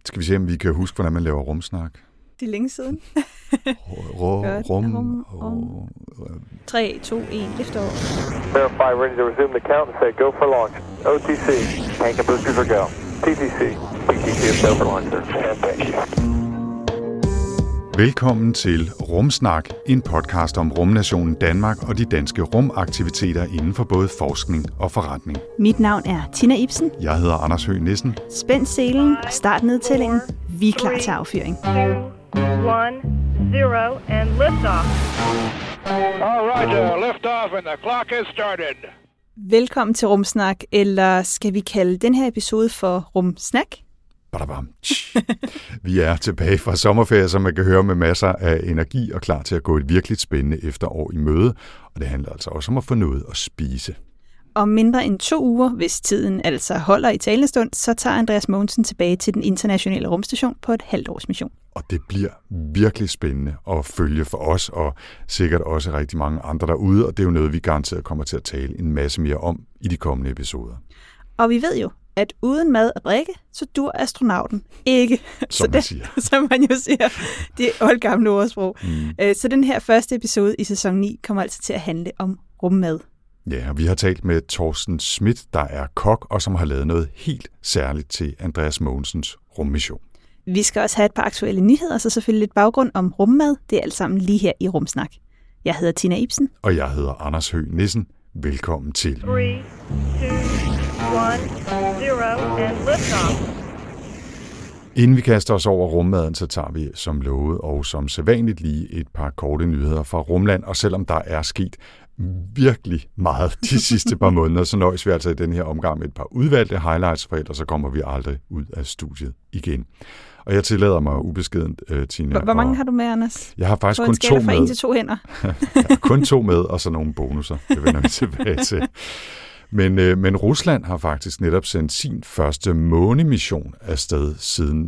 Skal vi se, om vi kan huske, hvordan man laver rumsnak? Det er længe siden. Rum. 3, 2, 1, lift off. Verify, ready to resume the count and say go for launch. OTC, tank and boosters are go. TTC, PTC is go for launch, sir. Thank you. Velkommen til Rumsnak, en podcast om rumnationen Danmark og de danske rumaktiviteter inden for både forskning og forretning. Mit navn er Tina Ibsen. Jeg hedder Anders Høgh Nissen. Spænd selen og start nedtællingen. Vi er klar til affyring. 2, 1, 0 and lift off. All right, lift off and the clock has started. Velkommen til Rumsnak, eller skal vi kalde den her episode for Rumsnak? Vi er tilbage fra sommerferie, som man kan høre, med masser af energi og klar til at gå et virkelig spændende efterår i møde. Og det handler altså også om at få noget at spise. Om mindre end 2 uger, hvis tiden altså holder i talende stund, så tager Andreas Mogensen tilbage til den internationale rumstation på et halvt års mission. Og det bliver virkelig spændende at følge for os, og sikkert også rigtig mange andre derude. Og det er jo noget, vi garanteret kommer til at tale en masse mere om i de kommende episoder. Og vi ved jo, at uden mad og drikke, så dur astronauten ikke. Som man siger. Som man jo siger. Det er oldgamle ordsprog. Så den her første episode i sæson 9 kommer altså til at handle om rummad. Ja, og vi har talt med Thorsten Schmidt, der er kok, og som har lavet noget helt særligt til Andreas Mogensens rummission. Vi skal også have et par aktuelle nyheder, så selvfølgelig lidt baggrund om rummad. Det er alt sammen lige her i Rumsnak. Jeg hedder Tina Ibsen. Og jeg hedder Anders Høgh Nissen. Velkommen til. 3, 2, 1, 0 and lift off. Inden vi kaster os over rummaden, så tager vi som lovet og som sædvanligt lige et par korte nyheder fra rumland. Og selvom der er sket virkelig meget de sidste par måneder, så nøjes vi altså i den her omgang med et par udvalgte highlights, for ellers så kommer vi aldrig ud af studiet igen. Og jeg tillader mig ubeskedent, Tina. Hvor mange har du med, Anders? Jeg har faktisk kun 2 med. På en til 2 hænder. Jeg har kun 2 med, og så nogle bonusser. Det vender vi tilbage til. Men Rusland har faktisk netop sendt sin første månemission afsted siden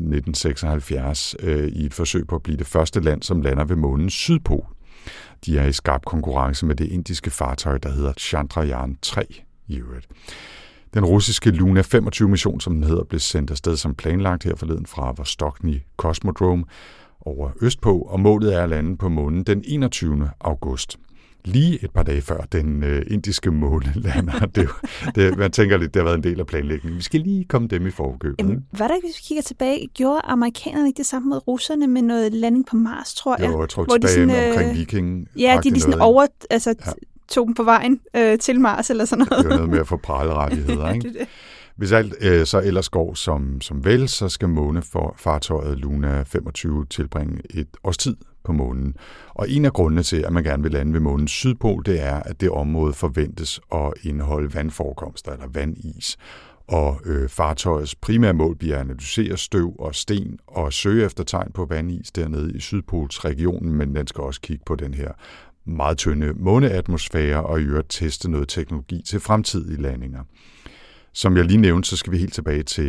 1976 i et forsøg på at blive det første land, som lander ved månens sydpol. De er i skarp konkurrence med det indiske fartøj, der hedder Chandrayaan-3 i øvrigt. Den russiske Luna 25-mission, som den hedder, blev sendt afsted som planlagt her forleden fra Vostokny Cosmodrome over østpå, og målet er at lande på månen den 21. august. Lige et par dage før den indiske måne lander. Man tænker lidt, det har været en del af planlægningen. Vi skal lige komme dem i forkøbet. Var der ikke, hvis vi kigger tilbage, gjorde amerikanerne ikke det samme mod russerne med noget landing på Mars, tror jeg? Jo, jeg tror tilbage med omkring Viking. Ja, de sådan tog dem på vejen til Mars eller sådan noget. Det er noget med at få pralerettigheder, ikke? Det. Hvis alt så ellers går som vel, så skal månefartøjet Luna 25 tilbringe et års tid på månen. Og en af grundene til, at man gerne vil lande ved månens sydpol, det er, at det område forventes at indeholde vandforekomster eller vandis. Og fartøjets primære mål bliver at analysere støv og sten og søge efter tegn på vandis dernede i Sydpolsregionen, men den skal også kigge på den her meget tynde måneatmosfære og i øvrigt teste noget teknologi til fremtidige landinger. Som jeg lige nævnte, så skal vi helt tilbage til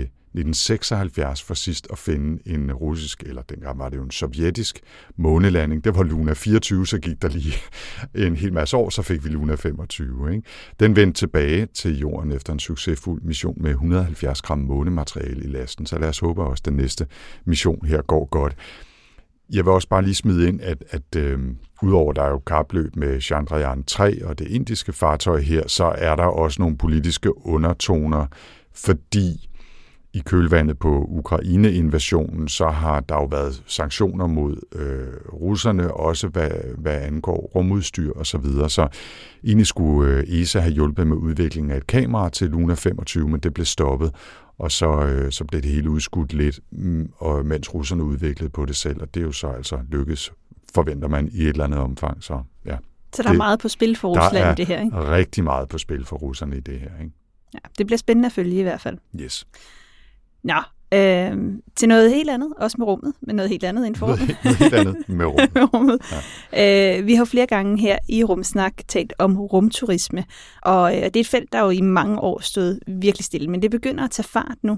1976 for sidst at finde en russisk, eller dengang var det jo en sovjetisk månelanding. Det var Luna 24, så gik der lige en hel masse år, så fik vi Luna 25. Ikke? Den vendte tilbage til jorden efter en succesfuld mission med 170 gram månemateriale i lasten, så lad os håbe også, at den næste mission her går godt. Jeg vil også bare lige smide ind, at udover der er jo kapløb med Chandrayaan-3 og det indiske fartøj her, så er der også nogle politiske undertoner, fordi i kølvandet på Ukraine-invasionen, så har der jo været sanktioner mod russerne, også hvad angår rumudstyr og så videre. Så egentlig skulle ESA have hjulpet med udviklingen af et kamera til Luna 25, men det blev stoppet. Og så blev det hele udskudt lidt, og mens russerne udviklede på det selv, og det er jo så altså lykkes, forventer man i et eller andet omfang. Så der er meget på spil for Rusland i det her, ikke? Der er rigtig meget på spil for russerne i det her, ikke? Ja, det bliver spændende at følge i hvert fald. Yes. Nå, til noget helt andet, også med rummet, men noget helt andet inden for rummet. Noget helt andet med rummet. Ja. Vi har flere gange her i Rumsnak talt om rumturisme, og det er et felt, der jo i mange år stod virkelig stille, men det begynder at tage fart nu.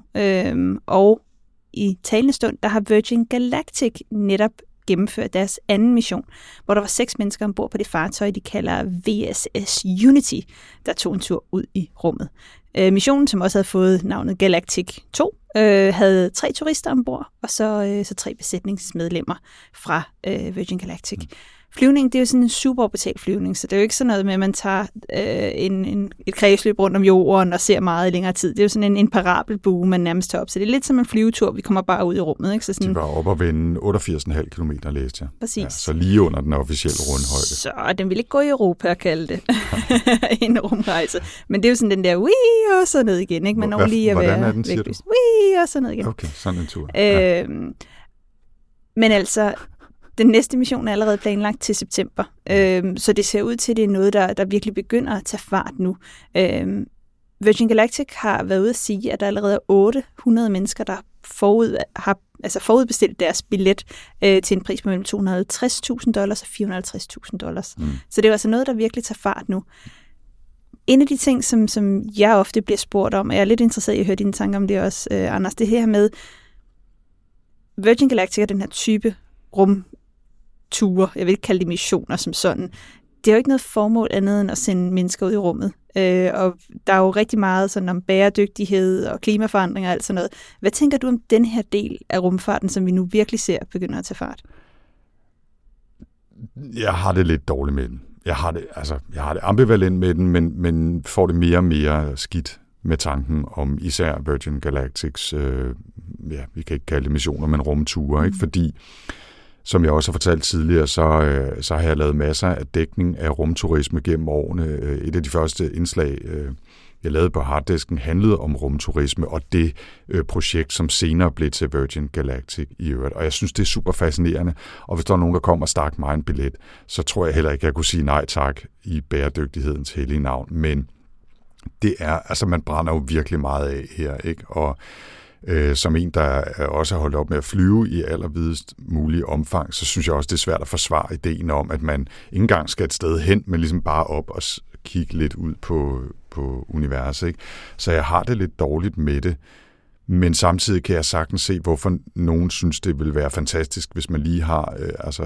Og i talende stund, der har Virgin Galactic netop gennemført deres anden mission, hvor der var 6 mennesker ombord på det fartøj, de kalder VSS Unity, der tog en tur ud i rummet. Missionen, som også havde fået navnet Galactic 2, havde 3 turister ombord, og så 3 besætningsmedlemmer fra Virgin Galactic. Flyvningen, det er jo sådan en suborbital flyvning, så det er jo ikke sådan noget med, at man tager et kredsløb rundt om jorden og ser meget i længere tid. Det er jo sådan en parabelbue, man nærmest tager op. Så det er lidt som en flyvetur, vi kommer bare ud i rummet. Ikke? Så sådan, de var oppe og vende 88,5 kilometer, læste jeg. Præcis. Ja, så lige under den officielle rundhøjde. Så den ville ikke gå i Europa at kalde det en rumrejse. Men det er jo sådan den der, wii, og så ned igen. Ikke? Man når lige at være vægtløs. Wii, og så ned igen. Okay, sådan en tur. Men altså... Den næste mission er allerede planlagt til september, så det ser ud til, at det er noget, der virkelig begynder at tage fart nu. Virgin Galactic har været ude at sige, at der allerede er 800 mennesker, der har forudbestilt deres billet til en pris på mellem $250,000 og $450,000. Så det er altså noget, der virkelig tager fart nu. En af de ting, som jeg ofte bliver spurgt om, og jeg er lidt interesseret i at høre dine tanker om det også, Anders, det her med Virgin Galactic er den her type rumture, jeg vil ikke kalde det missioner som sådan. Det er jo ikke noget formål andet end at sende mennesker ud i rummet. Og der er jo rigtig meget sådan om bæredygtighed og klimaforandringer og alt sådan noget. Hvad tænker du om den her del af rumfarten, som vi nu virkelig ser begynder at tage fart? Jeg har det lidt dårligt med den. Jeg har det ambivalent med den, men får det mere og mere skidt med tanken om især Virgin Galactics, vi kan ikke kalde det missioner, men rumture, ikke? Fordi som jeg også har fortalt tidligere, så har jeg lavet masser af dækning af rumturisme gennem årene. Et af de første indslag, jeg lavede på Harddisken, handlede om rumturisme og det projekt, som senere blev til Virgin Galactic i øvrigt. Og jeg synes, det er super fascinerende. Og hvis der er nogen, der kommer og stak mig en billet, så tror jeg heller ikke, jeg kunne sige nej tak i bæredygtighedens hellige navn. Men det er, altså man brænder jo virkelig meget af her, ikke? Og som en, der også har holdt op med at flyve i allervidest mulige omfang, så synes jeg også, det er svært at forsvare ideen om, at man ikke engang skal et sted hen, men ligesom bare op og kigge lidt ud på universet. Ikke? Så jeg har det lidt dårligt med det, men samtidig kan jeg sagtens se, hvorfor nogen synes, det vil være fantastisk, hvis man lige har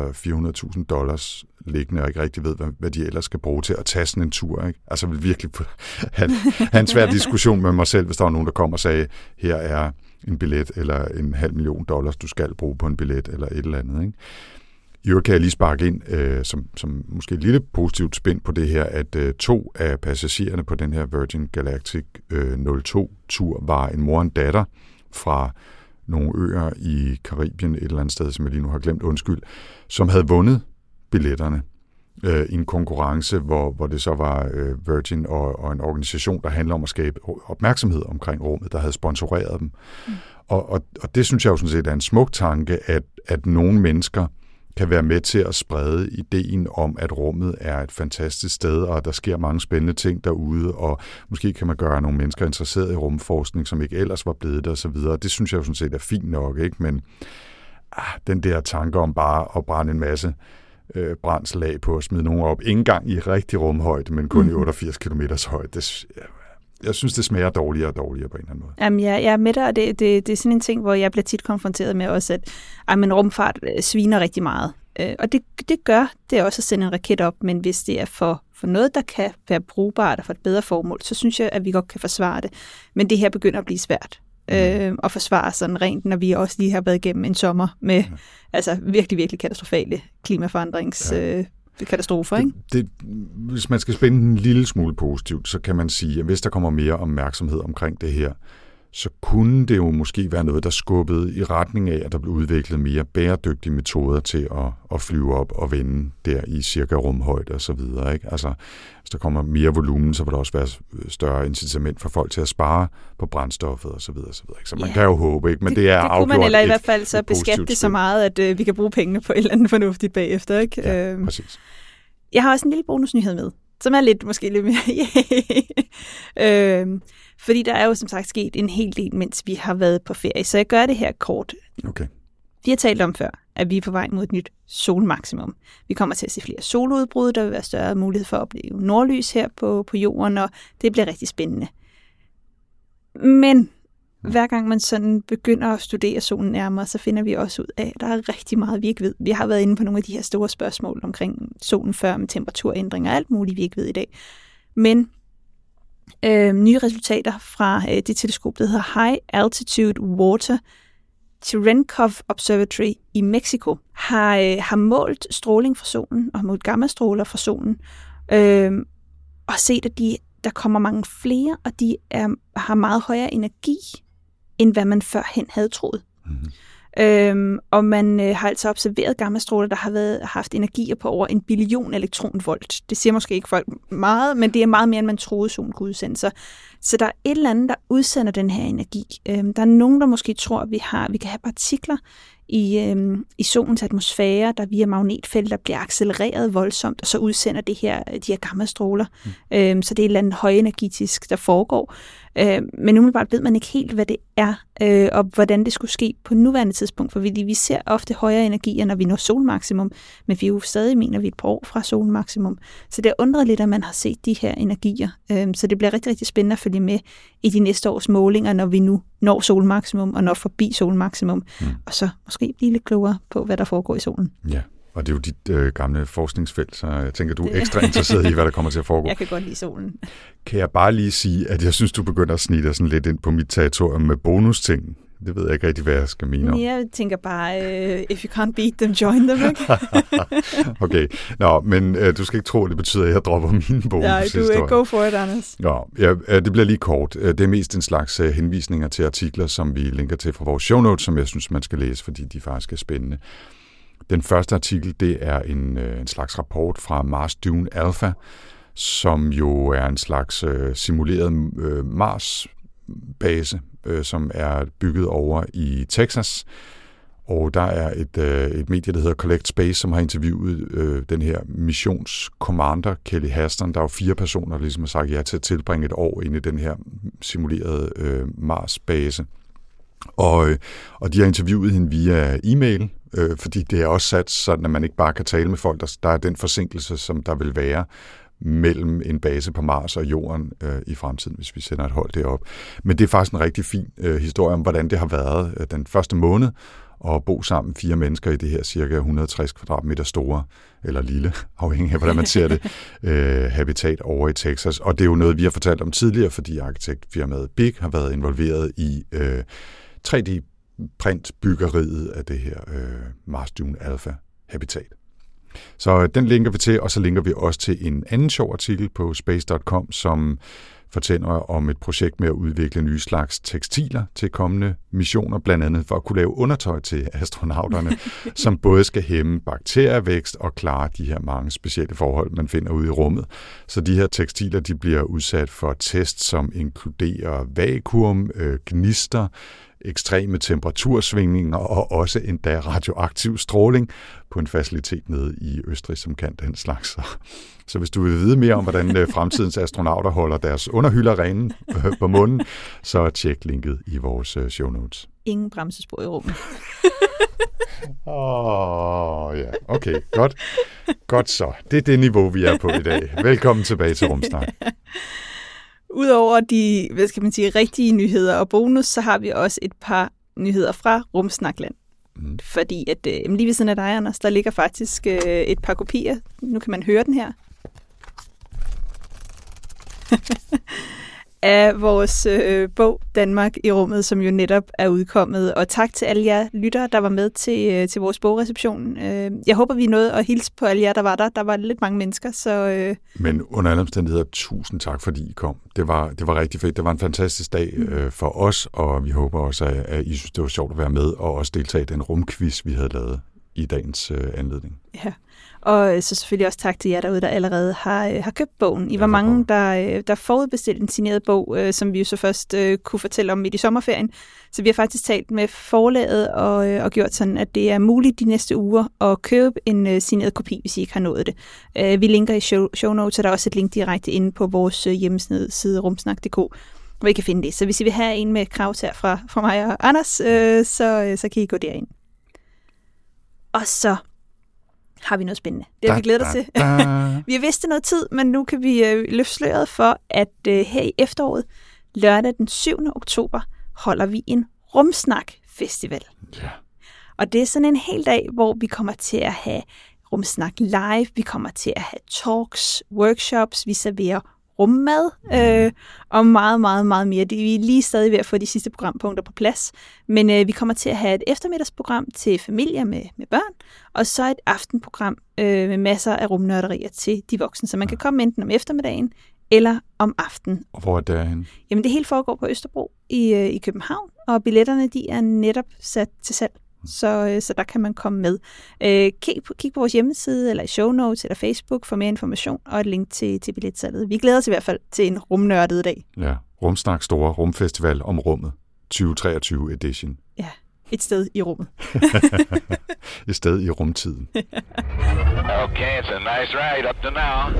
$400,000 liggende og ikke rigtig ved, hvad de ellers skal bruge til at tage sådan en tur. Ikke? Altså vil virkelig have en svær diskussion med mig selv, hvis der var nogen, der kom og sagde, her er en billet eller $500,000, du skal bruge på en billet eller et eller andet. Ikke? I øvrigt kan jeg lige sparke ind, som måske et lille positivt spænd på det her, at 2 af passagererne på den her Virgin Galactic 02-tur var en mor og en datter fra nogle øer i Karibien, et eller andet sted, som jeg lige nu har glemt, som havde vundet billetterne i en konkurrence, hvor det så var Virgin og en organisation, der handler om at skabe opmærksomhed omkring rummet, der havde sponsoreret dem. Og det synes jeg jo sådan set er en smuk tanke, at nogle mennesker kan være med til at sprede ideen om, at rummet er et fantastisk sted, og der sker mange spændende ting derude, og måske kan man gøre nogle mennesker interesseret i rumforskning, som ikke ellers var blevet det, og så videre. Det synes jeg jo sådan set er fint nok, ikke? Men den der tanke om bare at brænde en masse brændslag på at smide nogen op, ikke engang i rigtig rumhøjde, men kun i 88 km højde, jeg synes, det smager dårligere og dårligere på en eller anden måde. Jamen, jeg er med dig, og det er sådan en ting, hvor jeg bliver tit konfronteret med også, at rumfart sviner rigtig meget. Og det gør det også at sende en raket op, men hvis det er for noget, der kan være brugbart og for et bedre formål, så synes jeg, at vi godt kan forsvare det. Men det her begynder at blive svært at forsvare sådan rent, når vi også lige har været igennem en sommer med altså virkelig, virkelig katastrofale katastrofer, ikke? Hvis man skal spænde en lille smule positivt, så kan man sige, at hvis der kommer mere opmærksomhed omkring det her, så kunne det jo måske være noget, der skubbede i retning af, at der blev udviklet mere bæredygtige metoder til at flyve op og vende der i cirka rumhøjde og så videre, ikke? Altså, hvis der kommer mere volumen, så vil der også være større incitament for folk til at spare på brændstoffet og så videre, så videre. Så man kan jo håbe, ikke? Men det er afgjort. Det kunne man eller i hvert fald så beskatte det så meget, at vi kan bruge pengene på et eller andet fornuftigt bagefter, ikke? Ja, præcis. Jeg har også en lille bonusnyhed med, som er måske lidt mere fordi der er jo som sagt sket en hel del, mens vi har været på ferie. Så jeg gør det her kort. Okay. Vi har talt om før, at vi er på vej mod et nyt solmaksimum. Vi kommer til at se flere soludbrud, der vil være større mulighed for at opleve nordlys her på jorden, og det bliver rigtig spændende. Men hver gang man sådan begynder at studere solen nærmere, så finder vi også ud af, at der er rigtig meget, vi ikke ved. Vi har været inde på nogle af de her store spørgsmål omkring solen før med temperaturændringer og alt muligt, vi ikke ved i dag. Men nye resultater fra det teleskop, der hedder High Altitude Water Cherenkov Observatory i Mexico, har målt stråling fra solen og målt gammastråler fra solen, og set, at der kommer mange flere, og de har meget højere energi, end hvad man førhen havde troet. Mm-hmm. Og man har altså observeret gammastråler, der har haft energier på over 1 billion elektronvolt. Det siger måske ikke folk meget, men det er meget mere, end man troede, solen kunne udsende. Så der er et eller andet, der udsender den her energi. Der er nogen, der måske tror, at vi kan have partikler i solens atmosfære, der via magnetfelter bliver accelereret voldsomt, og så udsender de her gammastråler. Så det er et eller andet højenergetisk, der foregår. Men umiddelbart ved man ikke helt, hvad det er, og hvordan det skulle ske på nuværende tidspunkt, for vi ser ofte højere energier, når vi når solmaksimum, men vi er jo stadig, mener vi, et par år fra solmaksimum. Så det undrer lidt, at man har set de her energier. Så det bliver rigtig, rigtig spændende at følge med i de næste års målinger, når vi nu når solmaksimum og når forbi solmaksimum, og så måske blive lidt klogere på, hvad der foregår i solen. Ja. Og det er jo dit gamle forskningsfelt, så jeg tænker, du er ekstra interesseret i, hvad der kommer til at foregå. Jeg kan godt lide solen. Kan jeg bare lige sige, at jeg synes, du begynder at snige dig sådan lidt ind på mit territorium med bonusting. Det ved jeg ikke rigtig, hvad jeg skal mene om. Jeg tænker bare, if you can't beat them, join them, ikke? Okay. Nå, men du skal ikke tro, at det betyder, at jeg dropper mine bonushistorier. Ja, du go for it, Anders. Nå, det bliver lige kort. Det er mest en slags henvisninger til artikler, som vi linker til fra vores show notes, som jeg synes, man skal læse, fordi de faktisk er spændende. Den første artikel, det er en slags rapport fra Mars Dune Alpha, som jo er en slags simuleret Mars-base, som er bygget over i Texas. Og der er et medie, der hedder Collect Space, som har interviewet den her missionskommander, Kelly Haston. Der er jo 4 personer, der ligesom har sagt ja til at tilbringe et år inde i den her simulerede Mars-base. Og de har interviewet hende via e-mail, fordi det er også sat sådan, at man ikke bare kan tale med folk. Der er den forsinkelse, som der vil være mellem en base på Mars og Jorden i fremtiden, hvis vi sender et hold derop. Men det er faktisk en rigtig fin historie om, hvordan det har været den første måned at bo sammen 4 mennesker i det her cirka 160 kvadratmeter store, eller lille, afhængig af, hvordan man ser det, habitat over i Texas. Og det er jo noget, vi har fortalt om tidligere, fordi arkitektfirmaet Big har været involveret i 3D-printbyggeriet af det her Mars Dune Alpha habitat. Så den linker vi til, og så linker vi også til en anden sjov artikel på space.com, som fortæller om et projekt med at udvikle nye slags tekstiler til kommende missioner, blandt andet for at kunne lave undertøj til astronauterne, som både skal hæmme bakterievækst og klare de her mange specielle forhold, man finder ude i rummet. Så de her tekstiler, de bliver udsat for tests, som inkluderer vakuum, gnister, ekstreme temperatursvingninger og også endda radioaktiv stråling på en facilitet nede i Østrig, som kan den slags. Så hvis du vil vide mere om, hvordan fremtidens astronauter holder deres underhylder rene på munden, så tjek linket i vores show notes. Ingen bremsespor i rummet. Ja, okay, godt. Godt så. Det er det niveau, vi er på i dag. Velkommen tilbage til Rumsnak. Udover de, rigtige nyheder og bonus, så har vi også et par nyheder fra Rumsnakland. Fordi at lige ved siden af dig, Anders, der ligger faktisk et par kopier. Nu kan man høre den her. Af vores bog Danmark i rummet, som jo netop er udkommet. Og tak til alle jer lyttere, der var med til vores bogreception. Jeg håber, vi nåede at hilse på alle jer, der var der. Der var lidt mange mennesker, så... Men under alle omstændigheder, tusind tak, fordi I kom. Det var rigtig fedt. Det var en fantastisk dag for os, og vi håber også, at I synes, det var sjovt at være med, og også deltage i den rumquiz, vi havde lavet i dagens anledning. Ja. Og så selvfølgelig også tak til jer derude, der allerede har købt bogen. I var mange, der forudbestilte en signeret bog, som vi jo så først kunne fortælle om midt i sommerferien. Så vi har faktisk talt med forlaget og gjort sådan, at det er muligt de næste uger at købe en signeret kopi, hvis I ikke har nået det. Vi linker i show notes, og der er også et link direkte inde på vores hjemmeside rumsnak.dk, hvor I kan finde det. Så hvis I vil have en med kravtær fra mig og Anders, så kan I gå derind. Og så har vi noget spændende. Det har vi glædet os til. Vi har vidst det noget tid, men nu kan vi løfte sløret for, at her i efteråret, lørdag den 7. oktober, holder vi en Rumsnak Festival. Ja. Og det er sådan en hel dag, hvor vi kommer til at have Rumsnak live, vi kommer til at have talks, workshops, vi serverer rummad og meget, meget, meget mere. Vi er lige stadig ved at få de sidste programpunkter på plads, men vi kommer til at have et eftermiddagsprogram til familier med børn, og så et aftenprogram med masser af rumnørderier til de voksne, så man kan komme enten om eftermiddagen eller om aftenen. Og hvor er det henne? Jamen det hele foregår på Østerbro i København, og billetterne de er netop sat til salg. Så der kan man komme med. Kig på vores hjemmeside, eller i show notes, eller Facebook for mere information og et link til billetsalget. Vi glæder os i hvert fald til en rumnørdet dag. Ja, Rumsnak Store Rumfestival om rummet. 2023 edition. Ja, et sted i rummet. Et sted i rumtiden. Okay, it's a nice ride up to now.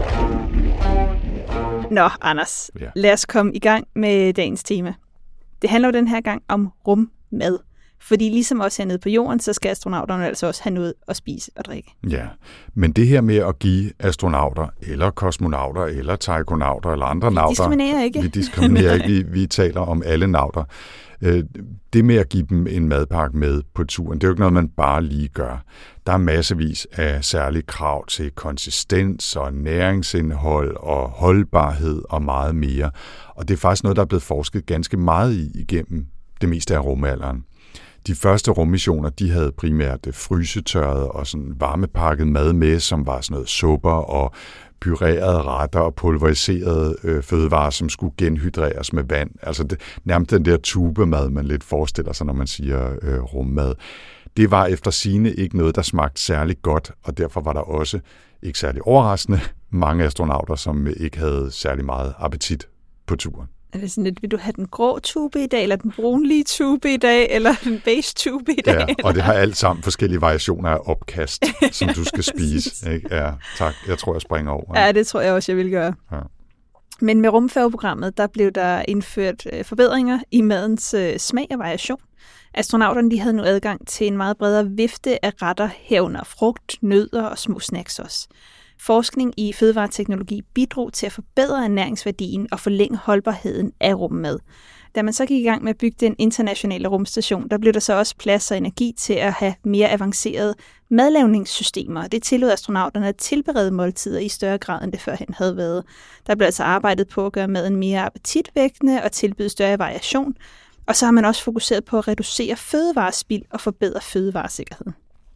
Nå, Anders, Lad os komme i gang med dagens tema. Det handler jo den her gang om rummad. Fordi ligesom også hernede på jorden, så skal astronauterne altså også have noget at spise og drikke. Ja, men det her med at give astronauter, eller kosmonauter, eller taikonauter, eller andre nauter... Vi diskriminerer ikke. Vi taler om alle nauter. Det med at give dem en madpakke med på turen, det er jo ikke noget, man bare lige gør. Der er massevis af særlige krav til konsistens og næringsindhold og holdbarhed og meget mere. Og det er faktisk noget, der er blevet forsket ganske meget i igennem det meste af rumalderen. De første rummissioner, de havde primært frysetørret og sådan varmepakket mad med, som var sådan noget supper og pyrerede retter og pulveriserede fødevarer, som skulle genhydreres med vand. Altså nærmest den der tubemad, man lidt forestiller sig, når man siger rummad. Det var efter sigende ikke noget, der smagte særlig godt, og derfor var der også, ikke særlig overraskende, mange astronauter, som ikke havde særlig meget appetit på turen. Er det sådan lidt, vil du have den grå tube i dag, eller den brunlige tube i dag, eller den beige tube i dag? Ja, og det har alt sammen forskellige variationer af opkast, som du skal spise. Ikke? Ja, tak. Jeg tror, jeg springer over. Ja, det tror jeg også, jeg vil gøre. Ja. Men med rumfærgeprogrammet, der blev der indført forbedringer i madens smag og variation. Astronauterne de havde nu adgang til en meget bredere vifte af retter, herunder frugt, nødder og små snacks også. Forskning i fødevareteknologi bidrog til at forbedre ernæringsværdien og forlænge holdbarheden af rummad. Da man så gik i gang med at bygge den internationale rumstation, der blev der så også plads og energi til at have mere avancerede madlavningssystemer. Det tillod astronauterne at tilberede måltider i større grad, end det førhen havde været. Der blev altså arbejdet på at gøre maden mere appetitvækkende og tilbyde større variation. Og så har man også fokuseret på at reducere fødevarespild og forbedre fødevaresikkerheden.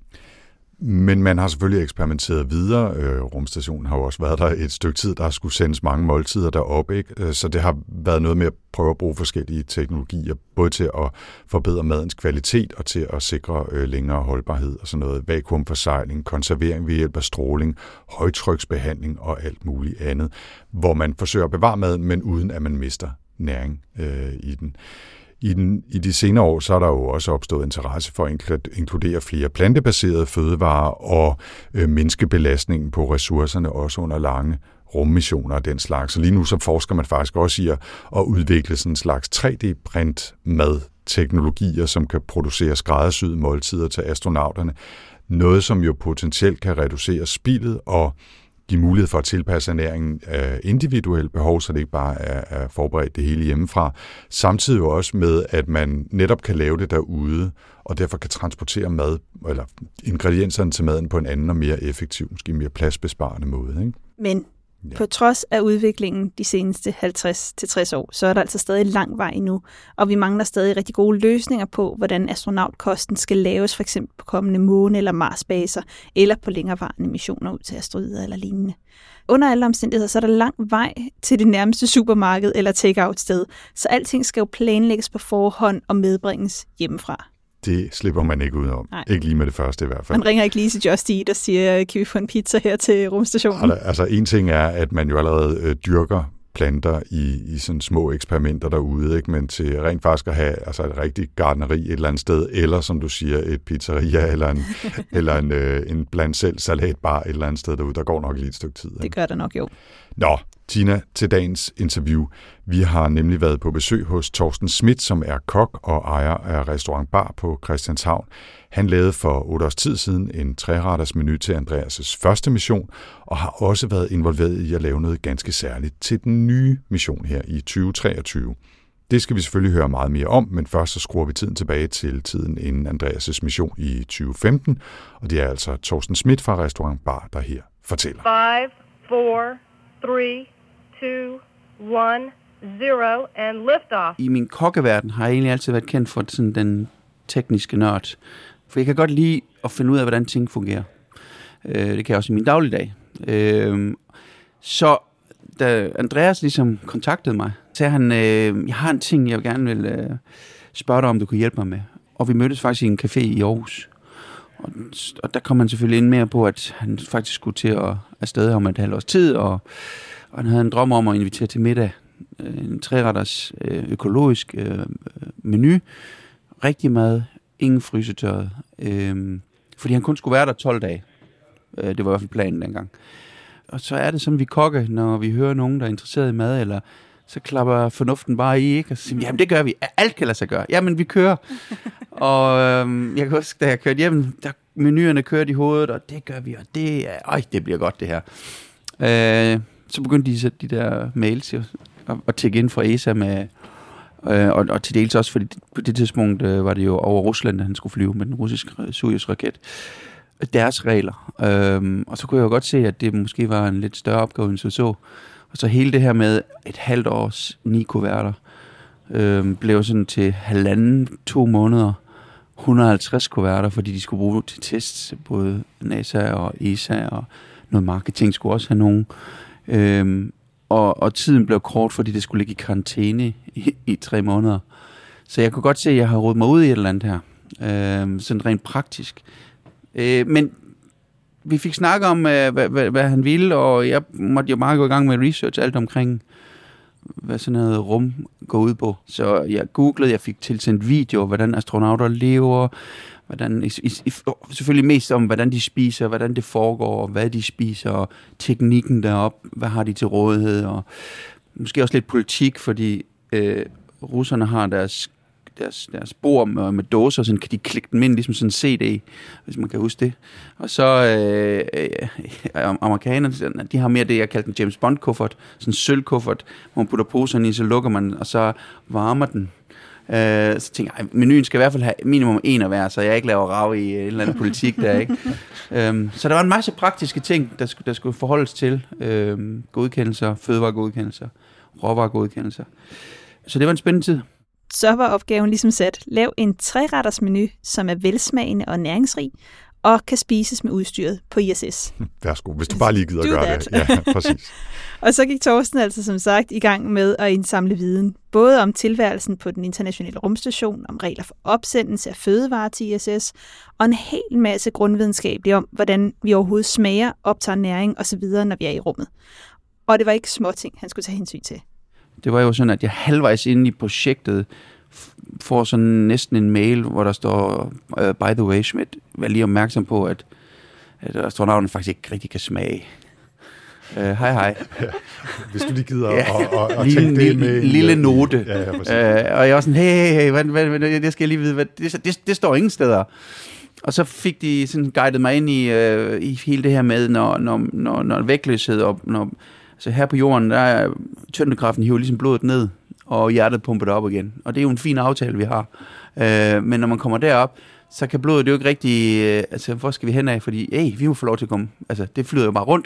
Men man har selvfølgelig eksperimenteret videre. Rumstationen har jo også været der et stykke tid. Der skulle sendes mange måltider derop, ikke? Så det har været noget med at prøve at bruge forskellige teknologier, både til at forbedre madens kvalitet og til at sikre længere holdbarhed og sådan noget. Vakuumforsegling, konservering ved hjælp af stråling, højtryksbehandling og alt muligt andet, hvor man forsøger at bevare maden, men uden at man mister næring i den. I de senere år, så er der jo også opstået interesse for at inkludere flere plantebaserede fødevarer og mindske belastningen på ressourcerne, også under lange rummissioner og den slags. Så lige nu så forsker man faktisk også i at udvikle sådan en slags 3D-print-madteknologier, som kan producere skræddersyede måltider til astronauterne. Noget, som jo potentielt kan reducere spildet og give mulighed for at tilpasse ernæringen af individuelle behov, så det ikke bare er forberedt det hele hjemmefra. Samtidig jo også med, at man netop kan lave det derude, og derfor kan transportere mad, eller ingredienserne til maden på en anden og mere effektiv, måske mere pladsbesparende måde. Ikke? Men på trods af udviklingen de seneste 50-60 år, så er der altså stadig lang vej endnu, og vi mangler stadig rigtig gode løsninger på, hvordan astronautkosten skal laves, for eksempel på kommende måne- eller Marsbaser, eller på længerevarende missioner ud til asteroider eller lignende. Under alle omstændigheder, så er der lang vej til det nærmeste supermarked eller take-out-sted, så alting skal jo planlægges på forhånd og medbringes hjemmefra. Det slipper man ikke ud om. Nej. Ikke lige med det første i hvert fald. Man ringer ikke lige til Just Eat og siger, kan vi få en pizza her til rumstationen? Altså en ting er, at man jo allerede dyrker planter i sådan små eksperimenter derude, ikke? Men til rent faktisk at have altså et rigtigt gartneri et eller andet sted, eller som du siger, et pizzeria, eller en blandt selv salatbar et eller andet sted derude, der går nok lige et stykke tid. Ikke? Det gør der nok, jo. Nå, Tina, til dagens interview. Vi har nemlig været på besøg hos Torsten Schmidt, som er kok og ejer af Restaurant Bar på Christianshavn. Han lavede for 8 års tid siden en 3-retters menu til Andreas' første mission, og har også været involveret i at lave noget ganske særligt til den nye mission her i 2023. Det skal vi selvfølgelig høre meget mere om, men først så skruer vi tiden tilbage til tiden inden Andreas' mission i 2015, og det er altså Torsten Schmidt fra Restaurant Bar, der her fortæller. 5, 4, 3, 2, 0, and liftoff. I min kokkeverden har jeg egentlig altid været kendt for sådan den tekniske nørd. For jeg kan godt lide at finde ud af, hvordan ting fungerer. Det kan jeg også i min dagligdag. Så da Andreas ligesom kontaktede mig, sagde han, jeg har en ting, jeg gerne vil spørge dig, om du kunne hjælpe mig med. Og vi mødtes faktisk i en café i Aarhus. Og der kom han selvfølgelig ind mere på, at han faktisk skulle til at afsted om et halvt års tid, og han havde en drøm om at invitere til middag. En 3-retters økologisk menu. Rigtig mad, ingen frysetørret. Fordi han kun skulle være der 12 dage. Det var i hvert fald planen dengang. Og så er det sådan, vi kokke, når vi hører nogen, der er interesseret i mad, eller så klapper fornuften bare i, ikke? Og så siger vi, jamen det gør vi. Alt kan lade sig gøre. Jamen vi kører. Og jeg kan huske, da jeg kørte hjem, der menuerne kørte i hovedet, og det gør vi, og det bliver godt det her. Så begyndte de at sætte de der mails og tjekke ind fra ESA med, og til dels også, fordi på det tidspunkt var det jo over Rusland, da han skulle flyve med den russiske Soyuz-raket. Deres regler. Og så kunne jeg jo godt se, at det måske var en lidt større opgave, end så. Og så hele det her med et halvt års 9 kuverter blev sådan til 1,5-2 måneder 150 kuverter, fordi de skulle bruge til tests, både NASA og ESA, og noget marketing skulle også have nogen. Og tiden blev kort, fordi det skulle ligge i karantæne i 3 måneder. Så jeg kunne godt se, at jeg har rodet mig ud i et eller andet her. Sådan rent praktisk. Men vi fik snakket om, hvad han ville, og jeg måtte jo meget gå i gang med research alt omkring, hvad sådan noget rum går ud på. Så jeg googlede, jeg fik tilsendt videoer, hvordan astronauter lever, hvordan, selvfølgelig mest om, hvordan de spiser, hvordan det foregår, hvad de spiser, og teknikken deroppe, hvad har de til rådighed, og måske også lidt politik, fordi russerne har deres bord med dåser, så kan de klikke dem ind, ligesom sådan en CD, hvis man kan huske det. Og så amerikanerne, de har mere det, jeg kaldte en James Bond-kuffert, sådan en sølvkuffert, hvor man putter poserne i, så lukker man, og så varmer den. Så tænker jeg, menuen skal i hvert fald have minimum 1 af hver, så jeg ikke laver rav i en eller anden politik der, ikke? Så der var en masse praktiske ting, der skulle forholdes til. Godkendelser, fødevaregodkendelser, råvaregodkendelser. Så det var en spændende tid. Så var opgaven ligesom sat. Lav en 3-retters menu, som er velsmagende og næringsrig, og kan spises med udstyret på ISS. Værsgo, hvis du bare lige gider gøre det. Ja, præcis. Og så gik Torsten altså som sagt i gang med at indsamle viden, både om tilværelsen på den internationale rumstation, om regler for opsendelse af fødevarer til ISS, og en hel masse grundvidenskabeligt om, hvordan vi overhovedet smager, optager næring osv., når vi er i rummet. Og det var ikke småting, han skulle tage hensyn til. Det var jo sådan, at jeg halvvejs inde i projektet får sådan næsten en mail, hvor der står, by the way, Schmidt, vær lige opmærksom på, at astronauten faktisk ikke rigtig kan smage. Hej. Ja, hvis du lige gider at tænke det med. Lille note. Ja, og jeg var sådan, hey, hvad, det skal jeg lige vide. Hvad, det står ingen steder. Og så fik de sådan guidet mig ind i hele det her med, når vægtløshed og så her på jorden, der er tyngdekraften hiver ligesom blodet ned, og hjertet pumper det op igen. Og det er jo en fin aftale, vi har. Men når man kommer derop, så kan blodet jo ikke rigtig... hvor skal vi hen af? Fordi, vi må få lov til at komme. Altså, det flyder jo bare rundt.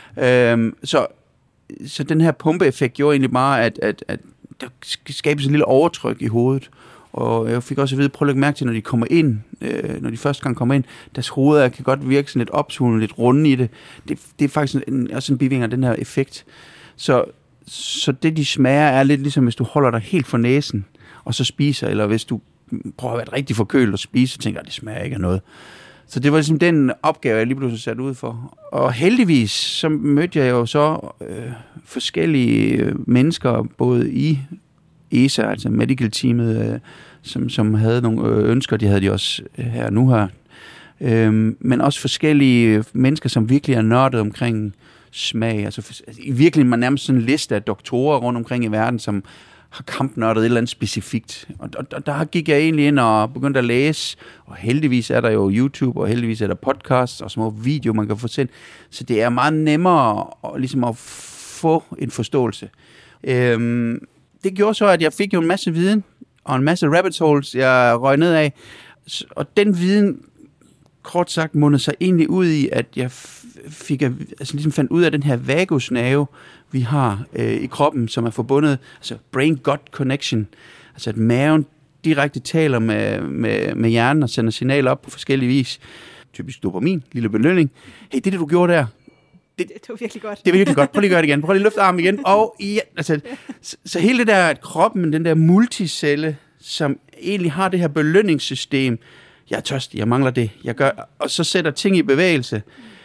Så den her pumpeeffekt gjorde egentlig bare, at der skabes en lille overtryk i hovedet. Og jeg fik også at vide, prøv at lægge mærke til, når de kommer ind, når de første gang kommer ind, deres hoveder kan godt virke sådan lidt opsvulmet, lidt runde i det. Det er faktisk også en bivirkning af den her effekt. Så det, de smager, er lidt ligesom, hvis du holder dig helt for næsen, og så spiser, eller hvis du prøver at være rigtig forkølet og spise, så tænker jeg, det smager ikke af noget. Så det var ligesom den opgave, jeg lige pludselig sat ud for. Og heldigvis, så mødte jeg jo så forskellige mennesker, både i ESA, altså medical-teamet, som havde nogle ønsker, de havde de også her. Men også forskellige mennesker, som virkelig er nørdet omkring smag. Altså i virkelig man nærmest sådan en liste af doktorer rundt omkring i verden, som har kampnørdet et eller andet specifikt. Og der gik jeg egentlig ind og begyndte at læse, og heldigvis er der jo YouTube, og heldigvis er der podcasts og små videoer, man kan få sendt. Så det er meget nemmere ligesom at få en forståelse. Det gjorde så, at jeg fik jo en masse viden, og en masse rabbit holes, jeg røg ned af. Og den viden kort sagt mundede sig egentlig ud i, at jeg ligesom fandt ud af den her vagusnerve, vi har i kroppen, som er forbundet, altså brain-gut connection, altså at maven direkte taler med hjernen og sender signaler op på forskellige vis. Typisk dopamin, lille belønning. Hey, det du gjorde der, det var virkelig godt. Det var virkelig godt. Prøv lige at gøre det igen. Prøv lige at løfte armen igen. Og ja, altså, så hele det der, at kroppen, den der multicelle, som egentlig har det her belønningssystem, jeg er tørstig, jeg mangler det, jeg gør, og så sætter ting i bevægelse.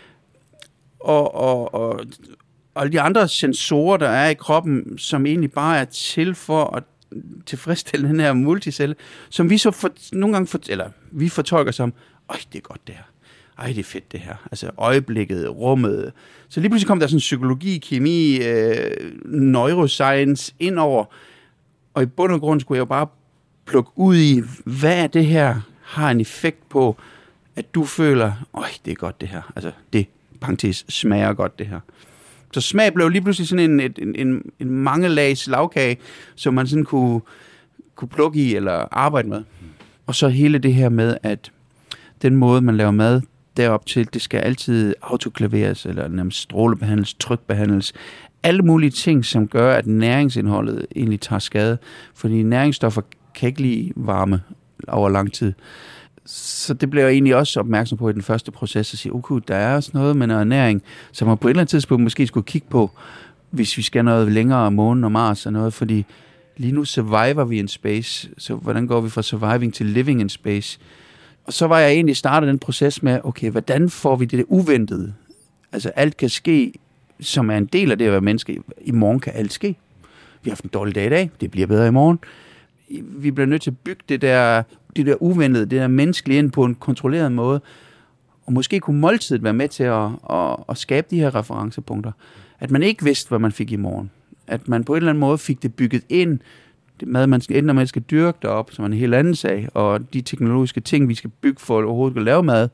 Og alle de andre sensorer, der er i kroppen, som egentlig bare er til for at tilfredsstille den her multicelle, som vi så nogle gange vi fortolker som, det er godt det her. Ej, det er fedt det her. Altså øjeblikket, rummet. Så lige pludselig kom der sådan psykologi, kemi, neuroscience ind over. Og i bund og grund skulle jeg jo bare plukke ud i, hvad er det her, har en effekt på, at du føler, det er godt det her. Altså det, parentes, smager godt det her. Så smag blev lige pludselig sådan en mangelags lavkage, som man sådan kunne plukke i eller arbejde med. Og så hele det her med, at den måde, man laver mad derop til, det skal altid autoklaveres, eller nærmest strålebehandles, trykbehandles. Alle mulige ting, som gør, at næringsindholdet egentlig tager skade. Fordi næringsstoffer kan ikke lide varme over lang tid. Så det blev jeg egentlig også opmærksom på i den første proces, at sige, okay, der er også noget med noget ernæring, som man på et eller andet tidspunkt måske skulle kigge på, hvis vi skal noget længere månen og Mars og noget, fordi lige nu survivor vi in space, så hvordan går vi fra surviving til living in space? Og så var jeg egentlig startet den proces med, okay, hvordan får vi det uventede? Altså alt kan ske, som er en del af det at være menneske. I morgen kan alt ske. Vi har haft en dårlig dag i dag, det bliver bedre i morgen. Vi bliver nødt til at bygge det der uventede, det der menneskelige ind på en kontrolleret måde. Og måske kunne måltidet være med til at skabe de her referencepunkter. At man ikke vidste, hvad man fik i morgen. At man på en eller anden måde fik det bygget ind. Det mad, man skal, når man skal dyrke derop, som er en helt anden sag, og de teknologiske ting, vi skal bygge for at overhovedet at lave mad.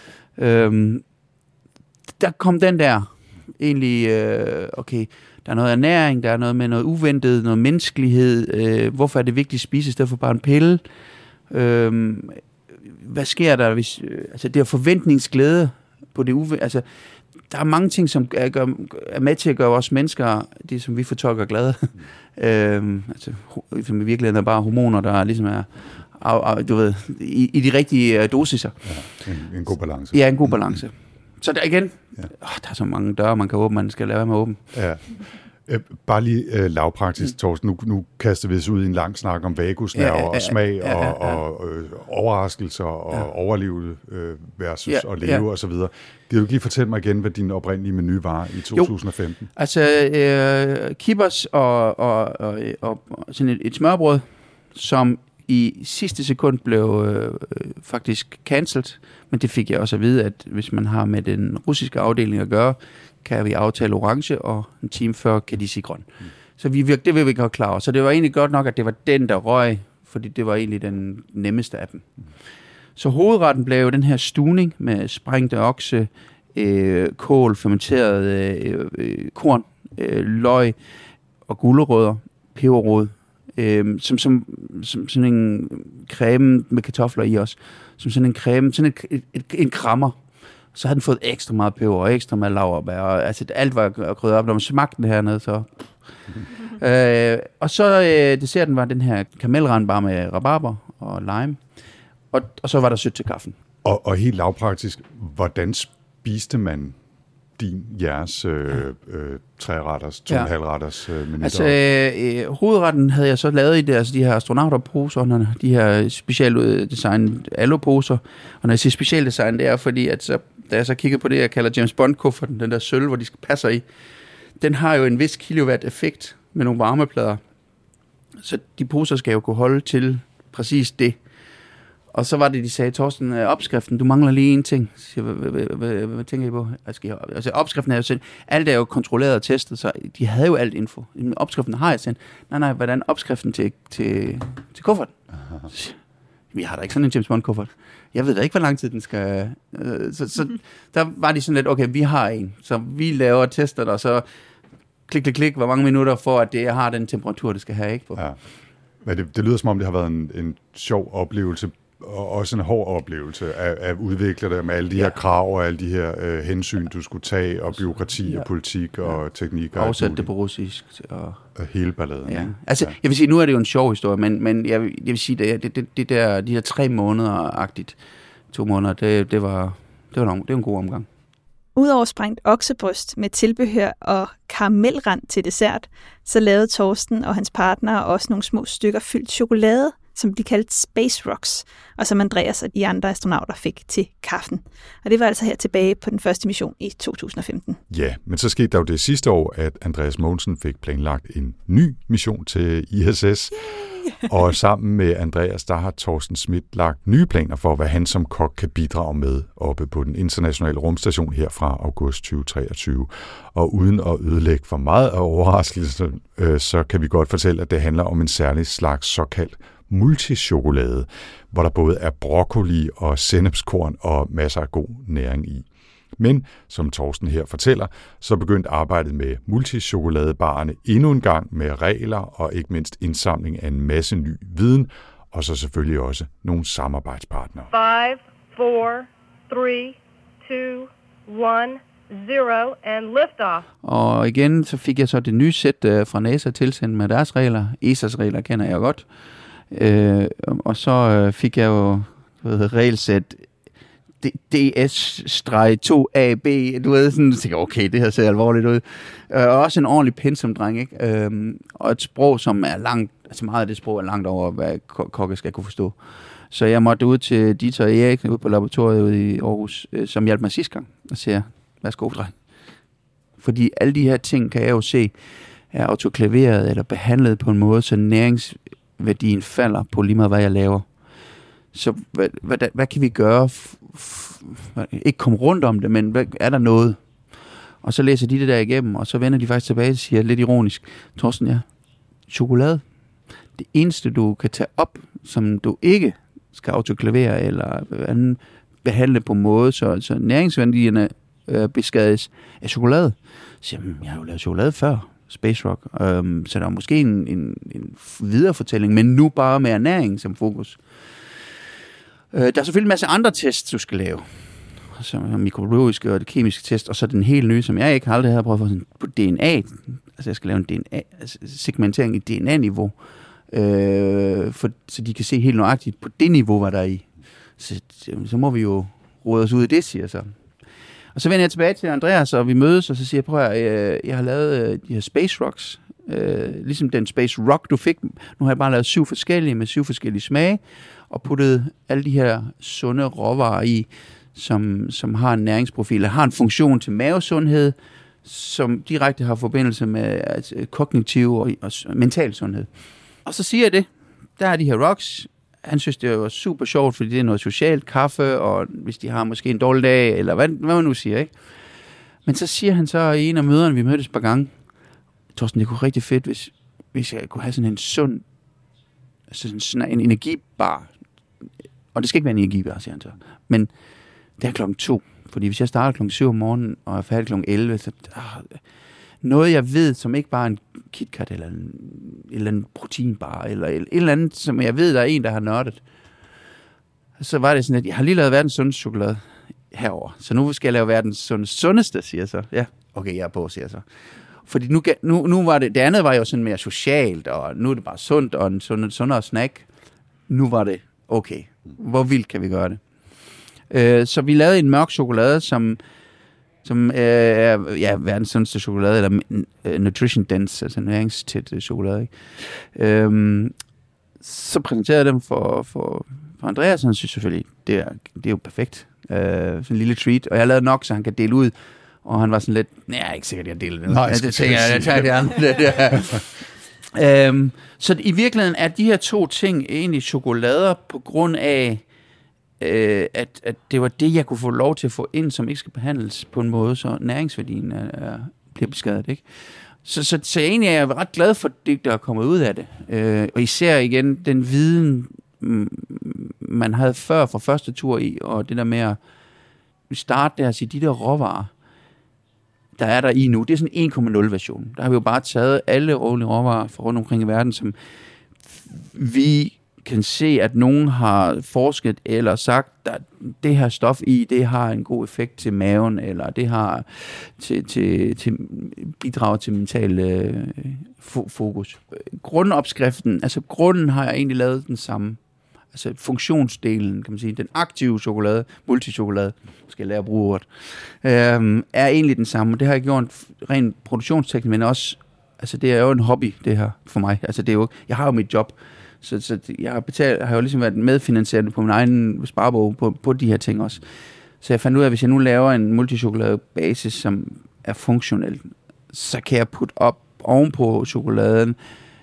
Der kom den der egentlig, okay, der er noget ernæring, der er noget med noget uventet, noget menneskelighed. Hvorfor er det vigtigt at spise i stedet for bare en pille? Hvad sker der, hvis altså det er forventningsglæde på det uventede? Altså, der er mange ting, som er med til at gøre os mennesker, det som vi fortolker glade. Altså, som i virkeligheden er bare hormoner, der ligesom er, du ved, i de rigtige dosiser. Ja, en god balance. Ja, en god balance. Så der igen, der er så mange døre, man kan åbne, man skal lade være med at åbne. Ja. Bare lige lavpraktisk, Torsten. Nu kaster vi os ud i en lang snak om vagusnerver og smag og overraskelser og overleve versus at leve og så videre. Kan du ikke lige fortælle mig igen, hvad din oprindelige menu var i 2015? Jo, altså kibbers og sådan et smørbrød, som i sidste sekund blev faktisk cancelled, men det fik jeg også at vide, at hvis man har med den russiske afdeling at gøre, kan vi aftale orange, og en time før kan de sige grøn. Så det vil vi godt klar over. Så det var egentlig godt nok, at det var den, der røg, fordi det var egentlig den nemmeste af dem. Så hovedretten blev jo den her stuvning med sprængte okse, kål, fermenteret korn, løg og gulerødder, peberrod, som sådan en creme med kartofler i os, som sådan en creme, sådan en krammer. Så havde den fået ekstra meget peber og ekstra meget laurbær, og altså alt var krydret op, når man smagte det hernede, så. Og så desserten var den her kamelrand bare med rabarber og lime, og så var der sødt til kaffen. Og helt lavpraktisk, hvordan spiste man jeres 3-retters, 2,5-retters menu? Altså, hovedretten havde jeg så lavet i de her astronauterposer, de her specialdesign aluposer. Og når jeg siger specialdesign, det er fordi, at så, da jeg så kiggede på det, jeg kalder James Bond-kufferten, den der sølv, hvor de passer i, den har jo en vis kilowatt-effekt med nogle varmeplader. Så de poser skal jo kunne holde til præcis det. Og så var det, de sagde, Torsten, opskriften, du mangler lige en ting. Hvad tænker I på? Altså, opskriften er jo sendt. Alt er jo kontrolleret og testet, så de havde jo alt info. Opskriften har jeg sendt. Nej, hvordan opskriften til kufferten? Vi har da ikke sådan en James Bond-kuffert. Jeg ved da ikke, hvor lang tid den skal. Så der var de sådan lidt, okay, vi har en. Så vi laver og tester der, og så klik, hvor mange minutter for, at det har den temperatur, det skal have, ikke? Ja. Men det lyder som om, det har været en sjov oplevelse, også en hård oplevelse at udvikle det med alle de her krav og alle de her hensyn, du skulle tage, og byråkrati og politik og teknik. Og oversætte det på russisk. Og hele balladen. Ja. Altså, jeg vil sige, nu er det jo en sjov historie, men jeg vil sige, de der 3 måneder-agtigt, 2 måneder, det var en god omgang. Udover sprængt oksebryst med tilbehør og karamelrand til dessert, så lavede Torsten og hans partner også nogle små stykker fyldt chokolade, som blev kaldt Space Rocks, og som Andreas og de andre astronauter fik til kaffen. Og det var altså her tilbage på den første mission i 2015. Ja, men så skete der jo det sidste år, at Andreas Mogensen fik planlagt en ny mission til ISS. Og sammen med Andreas, der har Torsten Schmidt lagt nye planer for, hvad han som kok kan bidrage med oppe på den internationale rumstation her fra august 2023. Og uden at ødelægge for meget af overraskelsen, så kan vi godt fortælle, at det handler om en særlig slags såkaldt multichokolade, hvor der både er broccoli og sennepskorn og masser af god næring i. Men, som Torsten her fortæller, så begyndte arbejdet med multichokoladebarerne endnu en gang med regler og ikke mindst indsamling af en masse ny viden, og så selvfølgelig også nogle samarbejdspartnere. 5, 4, 3, 2, 1, 0 and lift-off. Og igen, så fik jeg så det nye sæt fra NASA tilsendt med deres regler. ESA's regler kender jeg godt. Og så fik jeg jo regelsæt DS-2AB, du ved, sådan, så tænker okay, det her ser alvorligt ud. Og også en ordentlig pensumdreng, ikke? Og et sprog, som er langt, altså meget af det sprog er langt over, hvad kokke skal kunne forstå. Så jeg måtte ud til Dieter og Erik ude på laboratoriet ude i Aarhus, som hjalp mig sidste gang, og siger, værsgo, dreng. Fordi alle de her ting, kan jeg jo se, er autoklaveret eller behandlet på en måde, så næringsværdien falder på lige meget, hvad jeg laver. Så hvad kan vi gøre? Ikke komme rundt om det, men er der noget? Og så læser de det der igennem, og så vender de faktisk tilbage og siger lidt ironisk, Torsten, ja, chokolade. Det eneste, du kan tage op, som du ikke skal autoklavere eller behandle på en måde, så næringsværdierne beskades, er chokolade. Så jeg har jo lavet chokolade før, Space Rock, så der er måske en viderefortælling, men nu bare med ernæring som fokus. Der er selvfølgelig en masse andre tests, du skal lave. Så mikrobiologiske og det kemiske test, og så den helt nye, som jeg ikke aldrig har prøvet for, på DNA. Altså jeg skal lave en DNA, altså segmentering i DNA-niveau, så de kan se helt nøjagtigt på det niveau, hvad der er i. Så må vi jo rode os ud i det, siger så. Og så vender jeg tilbage til Andreas, og vi mødes, og så siger jeg, prøv at jeg har lavet de her Space Rocks, ligesom den Space Rock, du fik. Nu har jeg bare lavet 7 forskellige, med 7 forskellige smage, og puttet alle de her sunde råvarer i, som har en næringsprofil, har en funktion til mavesundhed, som direkte har forbindelse med kognitiv og mental sundhed. Og så siger jeg det. Der er de her rocks. Han synes, det var super sjovt, fordi det er noget socialt kaffe, og hvis de har måske en dårlig dag, eller hvad man nu siger, ikke? Men så siger han så i en af møderne, vi mødtes et par gange, Torsten, det kunne være rigtig fedt, hvis jeg kunne have sådan en sund, altså sådan en energibar. Og det skal ikke være en energibar, siger han så. Men det er 2:00. Fordi hvis jeg starter 7:00 om morgenen, og er færdig 11:00, så noget jeg ved, som ikke bare er en KitKat, eller en proteinbar, eller et eller andet, som jeg ved, der er en, der har nørdet. Så var det sådan, at jeg har lige lavet verdens sundeste chokolade herover. Så nu skal jeg lave verdens sundeste, siger jeg så. Ja, okay, jeg er på, siger jeg så. Fordi nu var det andet var jo sådan mere socialt, og nu er det bare sundt, og en sundere snack. Nu var det, okay, hvor vildt kan vi gøre det? Så vi lavede en mørk chokolade, som er verdens sundeste chokolade, eller nutrition dense, altså næringstæt chokolade. Ikke? Så præsenterede jeg dem for Andreas, og han synes selvfølgelig, det er jo perfekt. Sådan en lille treat, og jeg lavede nok, så han kan dele ud, og han var sådan lidt, jeg er ikke sikkert, jeg deler det. Nej, det tænker jeg tager det andet. Så i virkeligheden er de her 2 ting egentlig chokolader på grund af, at det var det, jeg kunne få lov til at få ind, som ikke skal behandles på en måde, så næringsværdien bliver beskadet, ikke? Så egentlig er jeg ret glad for det, der er kommet ud af det. Og især igen, den viden, man havde før fra første tur i, og det der med at starte der og sige, de der råvarer, der er der i nu, det er sådan en 1,0 version. Der har vi jo bare taget alle råvarer fra rundt omkring i verden, som vi kan se, at nogen har forsket eller sagt, at det her stof i, det har en god effekt til maven, eller det har til bidrag til mental fokus. Grundopskriften, altså grunden har jeg egentlig lavet den samme. Altså funktionsdelen, kan man sige, den aktive chokolade, multichokolade, skal jeg lære at bruge ordet, er egentlig den samme. Det har jeg gjort rent produktionsteknisk, men også, altså det er jo en hobby, det her for mig. Altså det er jo, jeg har jo mit job, så jeg har jo ligesom været medfinansierende på min egen sparebog på de her ting også. Så jeg fandt ud af, at hvis jeg nu laver en multichokoladebasis, som er funktionel, så kan jeg putte op ovenpå chokoladen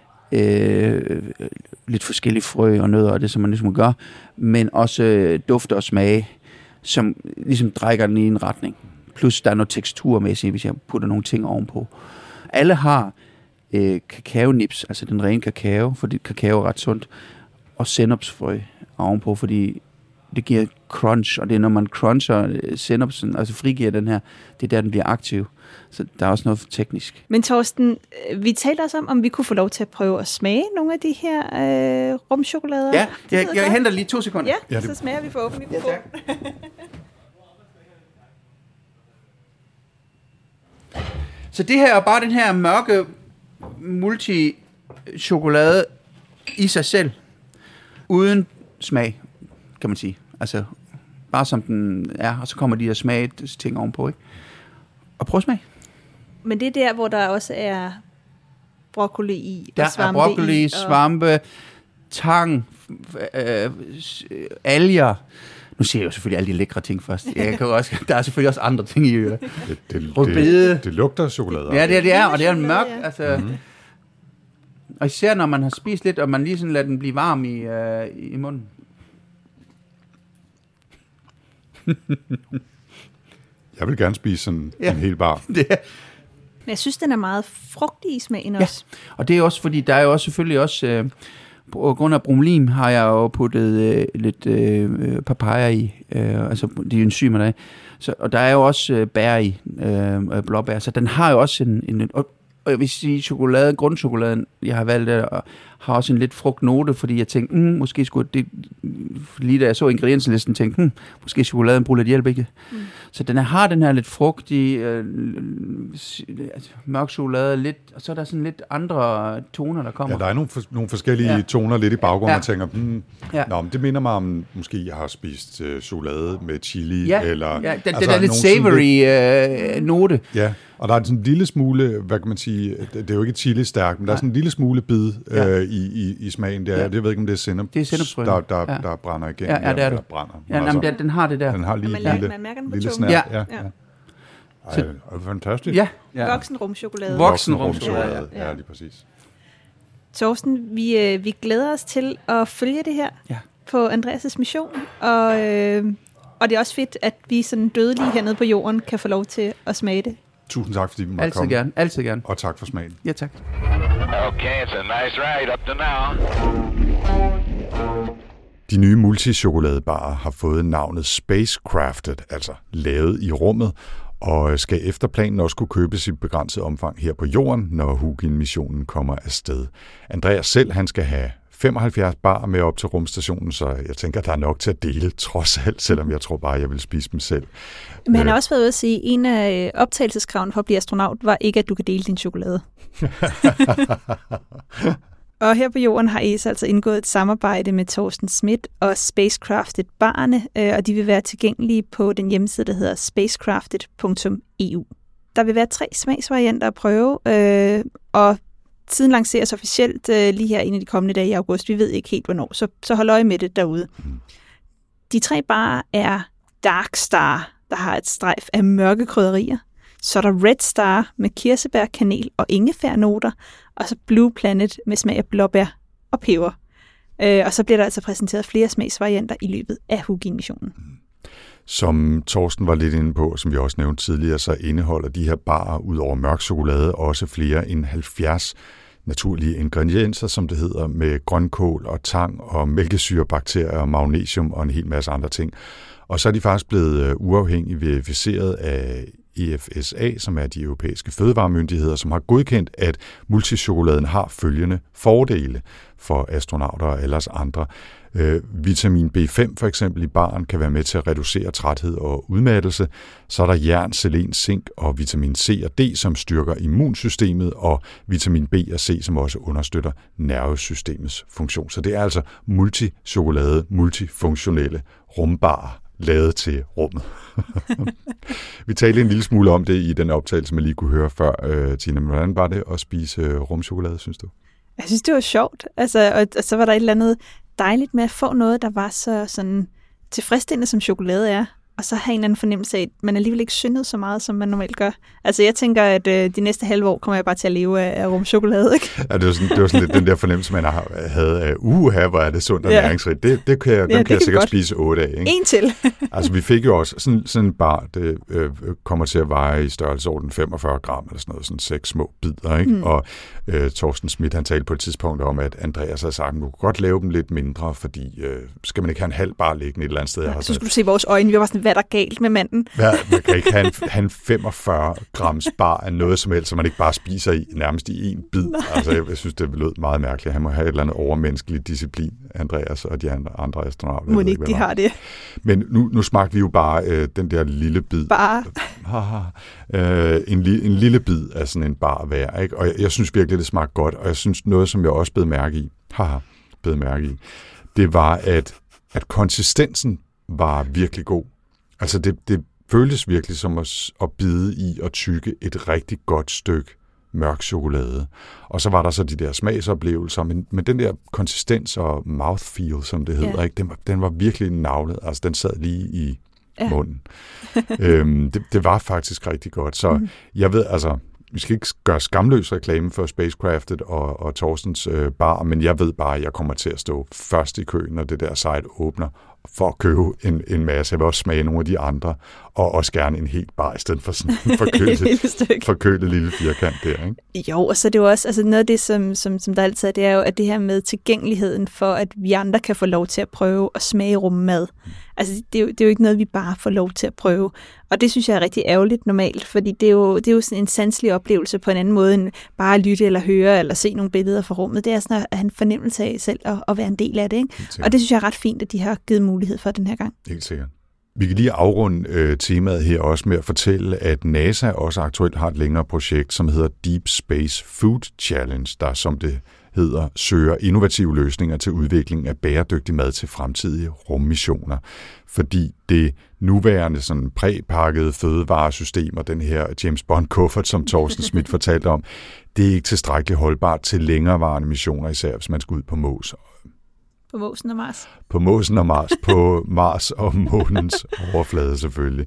lidt forskellige frø og nødder og det, som man ligesom gør, men også dufte og smage, som ligesom trækker den i en retning. Plus der er noget teksturmæssigt, hvis jeg putter nogle ting ovenpå. Alle har kakaonips, altså den rene kakao, fordi kakao er ret sundt, og sennepsfrø ovenpå, fordi det giver crunch, og det er, når man cruncher sennepsen, altså frigiver den her, det er der, den bliver aktiv. Så der er også noget teknisk. Men Torsten, vi talte også om vi kunne få lov til at prøve at smage nogle af de her rumchokolader. Ja, jeg henter lige 2 sekunder. Ja, så smager vi for åben mikrofon. Ja, så det her er bare den her mørke multichokolade i sig selv, uden smag, kan man sige. Altså, bare som den er, og så kommer de her smag-ting ovenpå, ikke? Og prøv at smage. Men det er der, hvor der også er broccoli i, der og svampe er broccoli, i, svampe, tang, alger. Nu siger jeg jo selvfølgelig alle de lækre ting først. Der er selvfølgelig også andre ting i det lugter chokolade. Ja, det er, og det er en mørk. Ja. Altså, og især når man har spist lidt, og man lige sådan lader den blive varm i munden. Jeg vil gerne spise sådan en hel bar. Men jeg synes, den er meget frugtig i smagen også. Og det er også, fordi der er jo også selvfølgelig også, på grund af bromelain, har jeg jo puttet lidt papaya i, altså de enzymer der er. Så, og der er jo også bær i, blåbær, så den har jo også en og jeg vil sige, grundchokoladen, jeg har valgt der, har også en lidt frugtnote, fordi jeg tænkte, måske skulle det, lige da jeg så ingredienslisten, tænkte, måske chokoladen bruger lidt hjælp, ikke? Så den har den her lidt frugtige, mørk chokolade, lidt, og så er der sådan lidt andre toner, der kommer. Ja, der er nogle forskellige toner lidt i baggrunden, man tænker, nå, men det minder mig om, måske jeg har spist chokolade med chili, eller... Ja, den er lidt savory note. Ja, og der er sådan en lille smule, hvad kan man sige, det er jo ikke chili-stærkt, men der er sådan en lille smule bid i smagen. Det ved jeg ikke, om det er sennep, der brænder igennem. Ja, det er det. Altså, den har det der. Den har lige man mærker den på lille tungen. snært. Ja. Ej, fantastisk. Ja. Voksenrumchokolade. Voksenrumchokolade, ja, lige præcis. Torsten, vi glæder os til at følge det her på Andreas' mission, og det er også fedt, at vi sådan dødelige hernede på jorden kan få lov til at smage det. Tusind tak, fordi vi måtte komme. Altid gerne. Og tak for smagen. Ja, tak. Okay, it's a nice ride up to now. De nye multichokoladebarer har fået navnet Spacecrafted, altså lavet i rummet, og skal efter planen også kunne købes i begrænset omfang her på jorden, når Hugin-missionen kommer afsted. Andreas selv, han skal have 75 bar med op til rumstationen, så jeg tænker, der er nok til at dele, trods alt, selvom jeg tror bare, jeg vil spise dem selv. Men han har også været ude at sige, at en af optagelseskravene for at blive astronaut var ikke, at du kan dele din chokolade. Og her på jorden har ESA altså indgået et samarbejde med Torsten Schmidt og Spacecrafted-barerne, og de vil være tilgængelige på den hjemmeside, der hedder spacecrafted.eu. Der vil være 3 smagsvarianter at prøve, og tiden lanceres officielt lige her en af de kommende dage i august. Vi ved ikke helt, hvornår, så hold øje med det derude. De 3 barer er Dark Star, der har et strejf af mørke krydderier. Så er der Red Star med kirsebær, kanel og ingefærnoter, og så Blue Planet med smag af blåbær og peber. Og så bliver der altså præsenteret flere smagsvarianter i løbet af Hugin-missionen. Som Torsten var lidt inde på, som vi også nævnte tidligere, så indeholder de her barer ud over mørk chokolade også flere end 70 naturlige ingredienser, som det hedder, med grønkål og tang og mælkesyrebakterier og magnesium og en hel masse andre ting. Og så er de faktisk blevet uafhængigt verificeret af EFSA, som er de europæiske fødevaremyndigheder, som har godkendt, at multichokoladen har følgende fordele for astronauter og ellers andre. Vitamin B5 for eksempel i baren kan være med til at reducere træthed og udmattelse. Så er der jern, selen, zink og vitamin C og D, som styrker immunsystemet, og vitamin B og C, som også understøtter nervesystemets funktion. Så det er altså multichokolade, multifunktionelle rumbarer, lavet til rummet. Vi talte en lille smule om det i den optagelse, man lige kunne høre før, Tina. Hvordan var det at spise rumchokolade, synes du? Jeg synes, det var sjovt. Altså, og så var der et eller andet dejligt med at få noget, der var så sådan tilfredsstillende, som chokolade er. Og så have en eller anden fornemmelse af, at man alligevel ikke syndede så meget, som man normalt gør. Altså, jeg tænker, at de næste halve år kommer jeg bare til at leve af rumchokolade, ikke? Ja, det var sådan lidt den der fornemmelse, man havde af, hvor er det sundt og næringsrigt. Den kan jeg sikkert spise 8 af, ikke? En til. Altså, vi fik jo også sådan en bar, det kommer til at veje i størrelsesorden 45 gram, eller sådan noget, sådan 6 små bidder, ikke? Og Torsten Schmidt, han talte på et tidspunkt om, at Andreas havde sagt, at du kunne godt lave dem lidt mindre, fordi skal man ikke have en halv bar liggende et eller andet sted? Ja, så skulle du se vores øjne, vi var sådan, hvad der galt med manden? Ja, man kan ikke have en 45 grams bar af noget som helst, som man ikke bare spiser i, nærmest i en bid. Nej. Altså, jeg synes, det lød meget mærkeligt. Han må have et eller andet overmenneskeligt disciplin, Andreas og de andre astronauter. Må ikke, de har det. Men nu smagte vi jo bare den der lille bid. Bare? En lille bid af sådan en bar hver, ikke? Og jeg synes virkelig, det smagte godt, og jeg synes noget, som jeg også bed mærke i, det var, at konsistensen var virkelig god. Altså, det føltes virkelig som at bide i og tygge et rigtig godt stykke mørk chokolade. Og så var der så de der smagsoplevelser, men den der konsistens og mouthfeel, som det hedder, ikke, den var virkelig navlet. Altså, den sad lige i munden. Det var faktisk rigtig godt. Så jeg ved, altså, vi skal ikke gøre skamløs reklame for Spacecraftet og Torstens bar, men jeg ved bare, at jeg kommer til at stå først i køen, når det der site åbner, for at købe en masse. Jeg vil også smage nogle af de andre, og også gerne en helt bar, i stedet for sådan en forkølet lille firkant der, ikke? Jo, og så er det jo også, altså noget af det, som der altid er, det er jo, at det her med tilgængeligheden for, at vi andre kan få lov til at prøve at smage rummad. Altså, det er jo ikke noget, vi bare får lov til at prøve. Og det synes jeg er rigtig ærgerligt normalt, fordi det er jo sådan en sanselig oplevelse på en anden måde, end bare at lytte eller høre eller se nogle billeder fra rummet. Det er sådan at have en fornemmelse af selv at være en del af det, ikke? Og det synes jeg er ret fint, at de har givet mulighed for den her gang. Helt sikkert. Vi kan lige afrunde temaet her også med at fortælle, at NASA også aktuelt har et længere projekt, som hedder Deep Space Food Challenge, der som det hedder, søger innovative løsninger til udvikling af bæredygtig mad til fremtidige rummissioner. Fordi det nuværende sådan præpakkede fødevaresystem og den her James Bond-kuffert, som Torsten Schmidt fortalte om, det er ikke tilstrækkeligt holdbart til længerevarende missioner, især hvis man skal ud på Mås. På Måsen og Mars. På Måsen og Mars, på Mars og månens overflade selvfølgelig.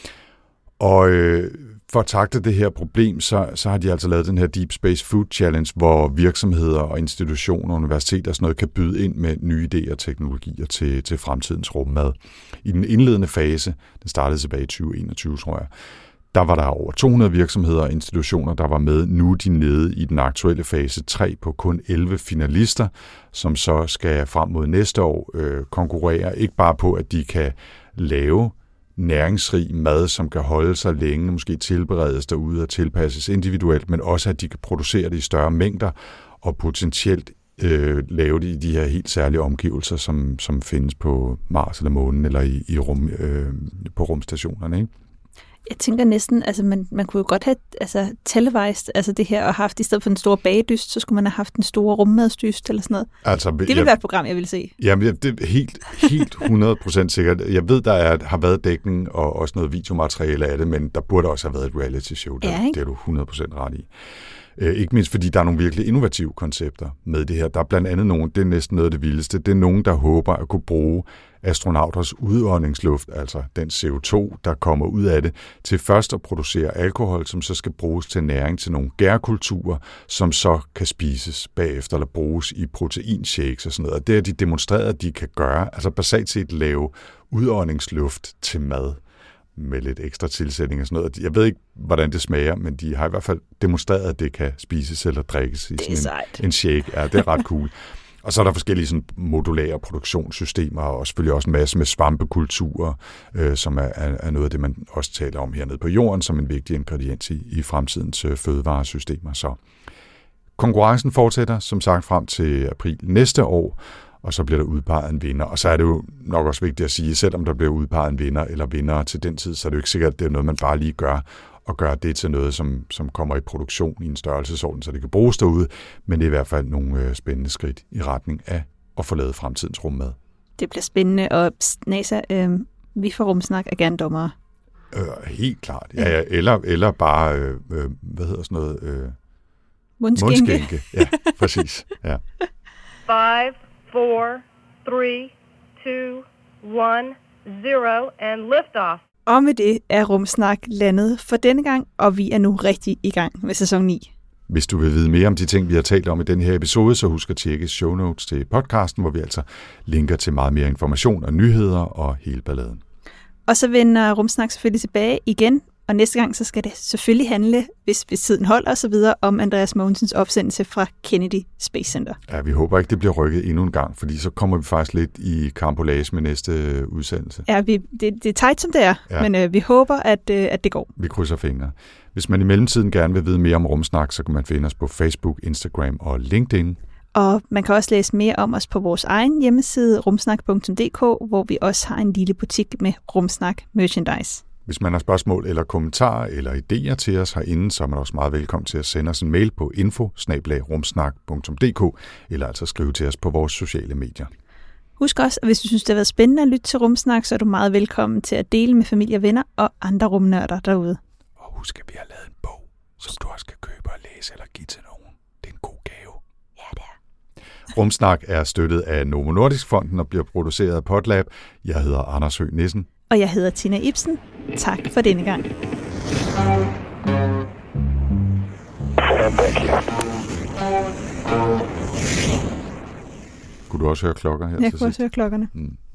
Og for at takle det her problem, så har de altså lavet den her Deep Space Food Challenge, hvor virksomheder og institutioner, universiteter og sådan noget kan byde ind med nye idéer og teknologier til fremtidens rummad. I den indledende fase, den startede tilbage i 2021, tror jeg, der var der over 200 virksomheder og institutioner, der var med. Nu er de nede i den aktuelle fase 3 på kun 11 finalister, som så skal frem mod næste år konkurrere. Ikke bare på, at de kan lave næringsrig mad, som kan holde sig længe, måske tilberedes derude og tilpasses individuelt, men også at de kan producere det i større mængder og potentielt lave det i de her helt særlige omgivelser, som findes på Mars eller Månen eller på rumstationerne, ikke? Jeg tænker næsten, altså man kunne jo godt have televised det her og haft, i stedet for den store bagedyst, så skulle man have haft den store rummadsdyst eller sådan noget. Altså, det ville være et program, jeg ville se. Jamen, det er helt 100% sikkert. Jeg ved, der har været dækning og også noget videomateriale af det, men der burde også have været et reality show. Det er du 100% ret i. Ikke mindst fordi der er nogle virkelig innovative koncepter med det her. Der er blandt andet det er næsten noget af det vildeste. Det er nogen, der håber at kunne bruge astronauters udåndingsluft, altså den CO2, der kommer ud af det, til først at producere alkohol, som så skal bruges til næring til nogle gærkulturer, som så kan spises bagefter eller bruges i proteinshakes og sådan noget. Og det har de demonstreret, at de kan gøre, altså basalt set lave udåndingsluft til mad med lidt ekstra tilsætning og sådan noget. Jeg ved ikke, hvordan det smager, men de har i hvert fald demonstreret, at det kan spises eller drikkes i sådan en shake. Ja, det er ret cool. Og så er der forskellige sådan, modulære produktionssystemer, og selvfølgelig også en masse med svampekulturer, som er noget af det, man også taler om hernede på jorden, som en vigtig ingrediens i fremtidens fødevaresystemer. Så konkurrencen fortsætter, som sagt, frem til april næste år, og så bliver der udpeget en vinder. Og så er det jo nok også vigtigt at sige, selvom der bliver udpeget en vinder eller vindere til den tid, så er det jo ikke sikkert, at det er noget, man bare lige gør, og gøre det til noget, som kommer i produktion i en størrelsesorden, så det kan bruges derude, men det er i hvert fald nogle spændende skridt i retning af at få lavet fremtidens rummad. Det bliver spændende, og NASA, vi får Rumsnak er gerne dommere. Helt klart, ja. Eller bare, hvad hedder sådan noget? Mundskænke. Ja, præcis. Ja. 5, 4, 3, 2, 1, 0, and liftoff. Og med det er Rumsnak landet for denne gang, og vi er nu rigtig i gang med sæson 9. Hvis du vil vide mere om de ting, vi har talt om i den her episode, så husk at tjekke show notes til podcasten, hvor vi altså linker til meget mere information og nyheder og hele balladen. Og så vender Rumsnak selvfølgelig tilbage igen, og næste gang så skal det selvfølgelig handle, hvis tiden holder og så videre, om Andreas Mogensens opsendelse fra Kennedy Space Center. Ja, vi håber ikke, det bliver rykket endnu en gang, fordi så kommer vi faktisk lidt i karambolage med næste udsendelse. Ja, det er tight, som det er, ja. Men vi håber, at det går. Vi krydser fingre. Hvis man i mellemtiden gerne vil vide mere om Rumsnak, så kan man finde os på Facebook, Instagram og LinkedIn. Og man kan også læse mere om os på vores egen hjemmeside, rumsnak.dk, hvor vi også har en lille butik med Rumsnak merchandise. Hvis man har spørgsmål eller kommentarer eller idéer til os herinde, så er man også meget velkommen til at sende os en mail på info@rumsnak.dk eller altså skrive til os på vores sociale medier. Husk også, at hvis du synes, det har været spændende at lytte til Rumsnak, så er du meget velkommen til at dele med familie og venner og andre rumnørder derude. Og husk, at vi har lavet en bog, som du også kan købe og læse eller give til nogen. Det er en god gave. Ja, det er. Rumsnak er støttet af Novo Nordisk Fonden og bliver produceret af Podlab. Jeg hedder Anders Høgh Nissen. Og jeg hedder Tina Ibsen. Tak for denne gang. Kunne du også høre klokker her? Jeg kunne også høre klokkerne.